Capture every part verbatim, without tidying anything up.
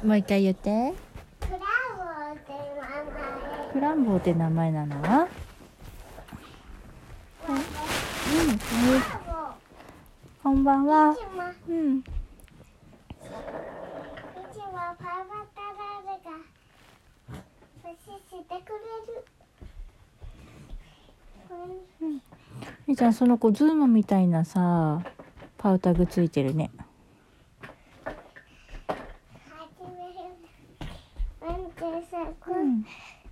もう一回言って。クランボーって名前なの？うん、はい。こんばんは。うん。いつもパパタラルが年してくれる。うん。みーちゃん、その子ズームみたいなさ、パウタグついてるね。うん。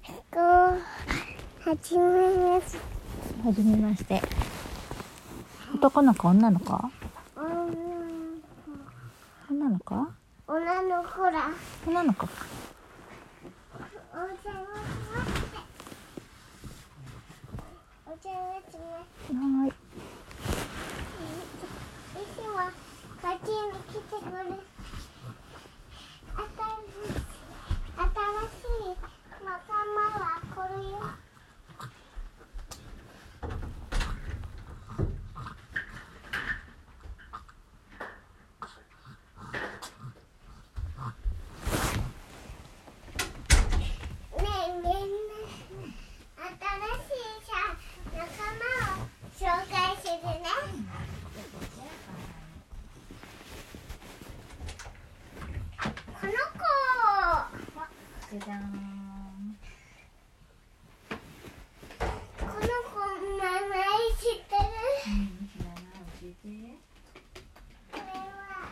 はじめまして。はじめまして。男の子、女の子？女の子？女の子ら。女の子か。お茶はつめ。はい。いつもこっちに来てくれ。新しい仲間は来るよ。じゃーん。この子名前知ってる？うん、知らない。教えて。これは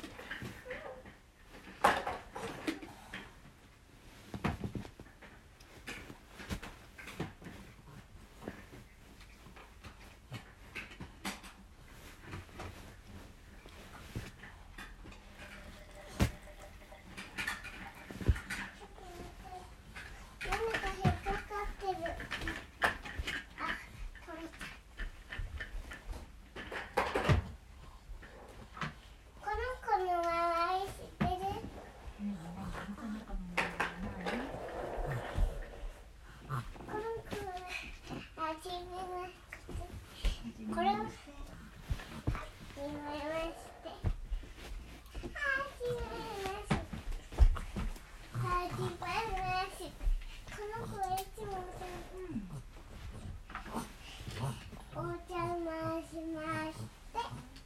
これははじめまして。はじめまして。はじめまして。この子はいつもお邪魔しまして。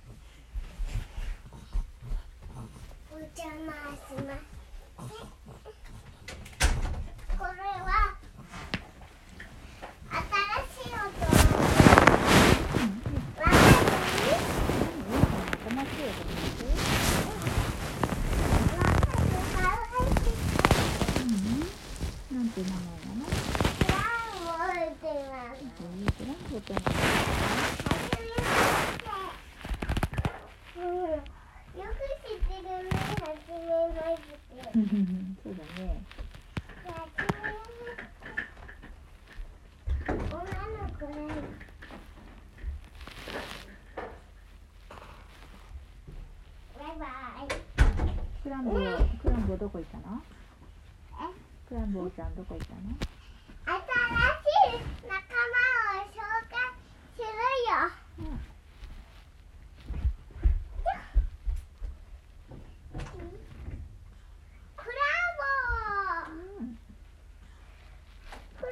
お邪魔します。これは新しい音。なんて名前なの？クランボーって言います。クランボーって言います。よく知ってるね。はじめまして。そうだね。はじめまして。女の子ね。バイバイ。クランボー、クランボーどこ行ったの？クランボーちゃんどこ行ったの？新しい仲間を紹介するよ。うん、クランボー、うん、こ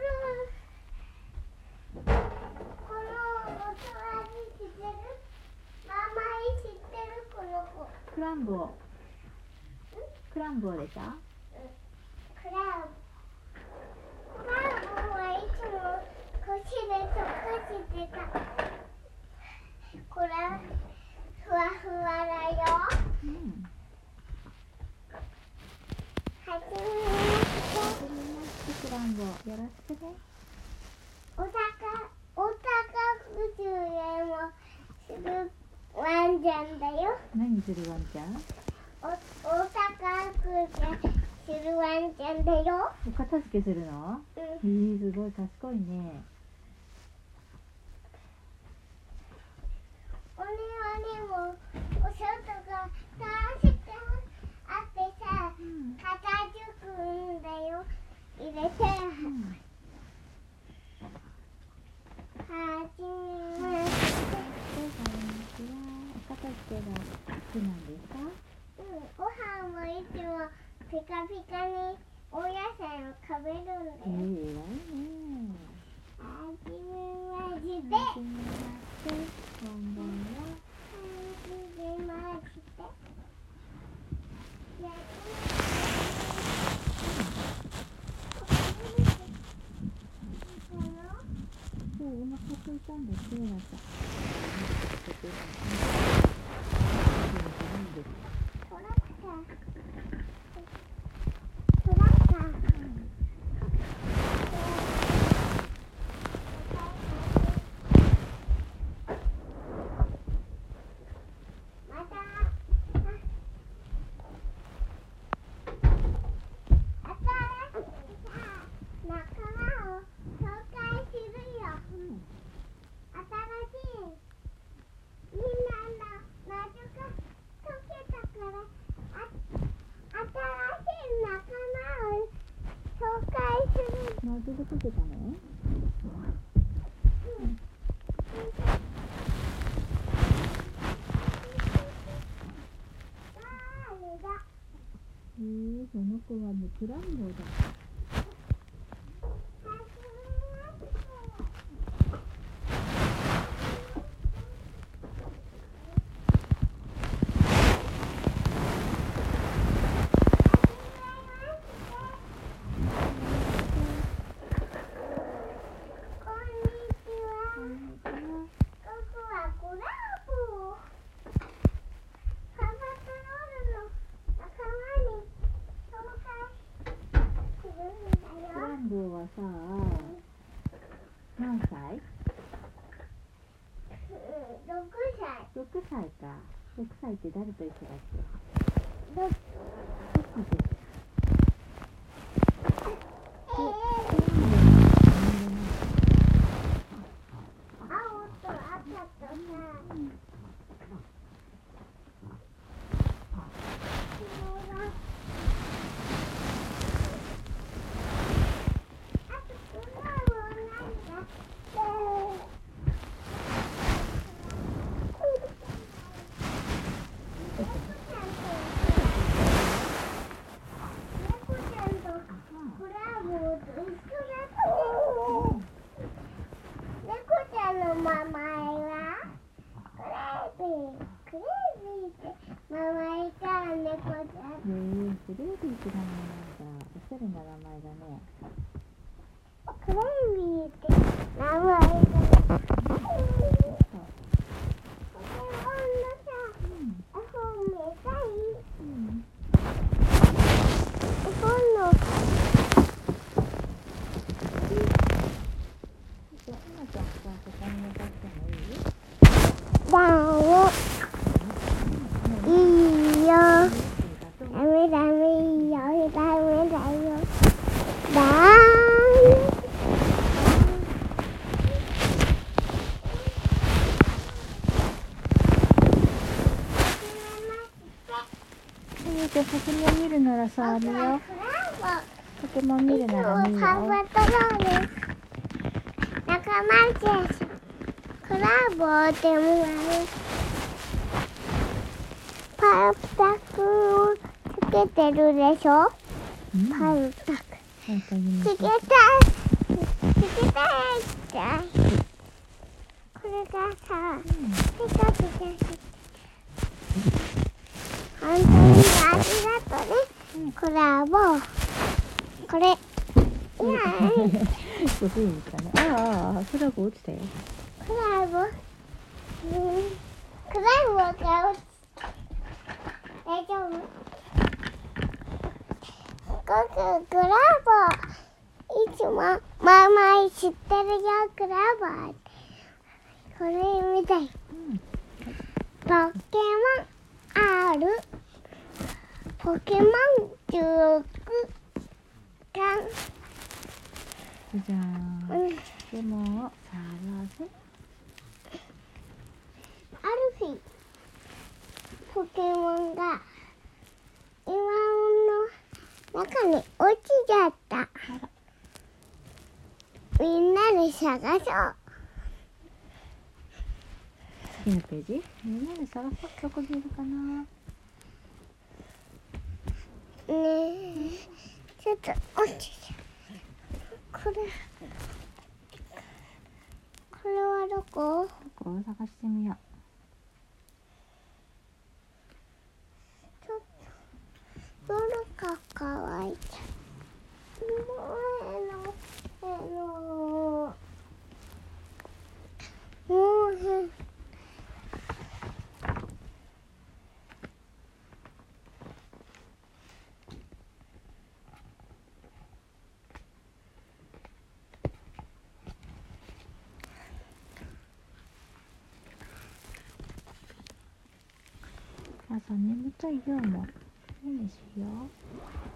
のこのお友達知ってる？名前知ってる？この子クランボー。クランボーでしょ？クランクランボーはいつも腰で溶かしてた。これふわふわだよ。うん、はじめまして。クランボーよろしくね。おたかおたかくじゅうえんをするワンちゃんだよ。何するワンちゃん？おおたかくじゅうするワンちゃんだよ。お片付けするの？うん。えー、すごい賢いね。お庭にもお外がたくさんあってさ、うん、片付くんだよ。入れて。うん、はじめまして。お片付けが好きなんですか？うん、ご飯もいつもピカピカにお野菜を食べるんだよ。 えー、偉いね。 はじめまして。 はじめまして。こんばんは。 はじめまして。 そう、お腹空いたんですよ、また。 トラクター。トラクター。また。仲間を紹介するよ。新しいみんなの謎が解けたから、あ新しい仲間を紹介する。 謎が解けたの？うん。誰だ？ えー、その子はね、クランボーだ。クランボーはさ、何歳？ ろくさい。 ろくさいか。ろくさいって誰と一緒だっけ？ ろくえー、 青と赤とさ、 クレイビーって名前なんだ。おしゃれな名前だね。 クレイビーって名前だね。ポケモンのさ、絵本見たい？うん。絵本のじゃあ、今ちゃんさ、ここに渡してもいい？ ダオ。いいよ。ダメダメいいよ。ダメだよ。ダーン。 じゃあ、ポケモン見るならさ、見よ。ポケモン見るなら見よ。 パワートロール。仲間です。クラブをでもパルタクをつけてるでしょ、うん、パルタクつけたいつけたいってこれがさ、うん、ピカピカして本当にありがとうね、うん、クラブこれいやごふんかな。ああ、クラブ落ちたよ。 クラブ、うん、クラブが落ち大丈夫？僕クラボいつもママ知ってるよ。クラボこれみたい、うん、ポケモンあるポケモンじゅうろくかんじゃあ、うん、でも探せアルフィポケモンが岩の中に落ちちゃった。みんなで探そう。 次のページみんなで探そう。どこにいるかな。 え、ちょっと落ちて。これこれはどこ？ ここを探してみよちょっとどれか乾いた。もうへのへのもうへん。 う。朝眠たいよもう。いいにしよう。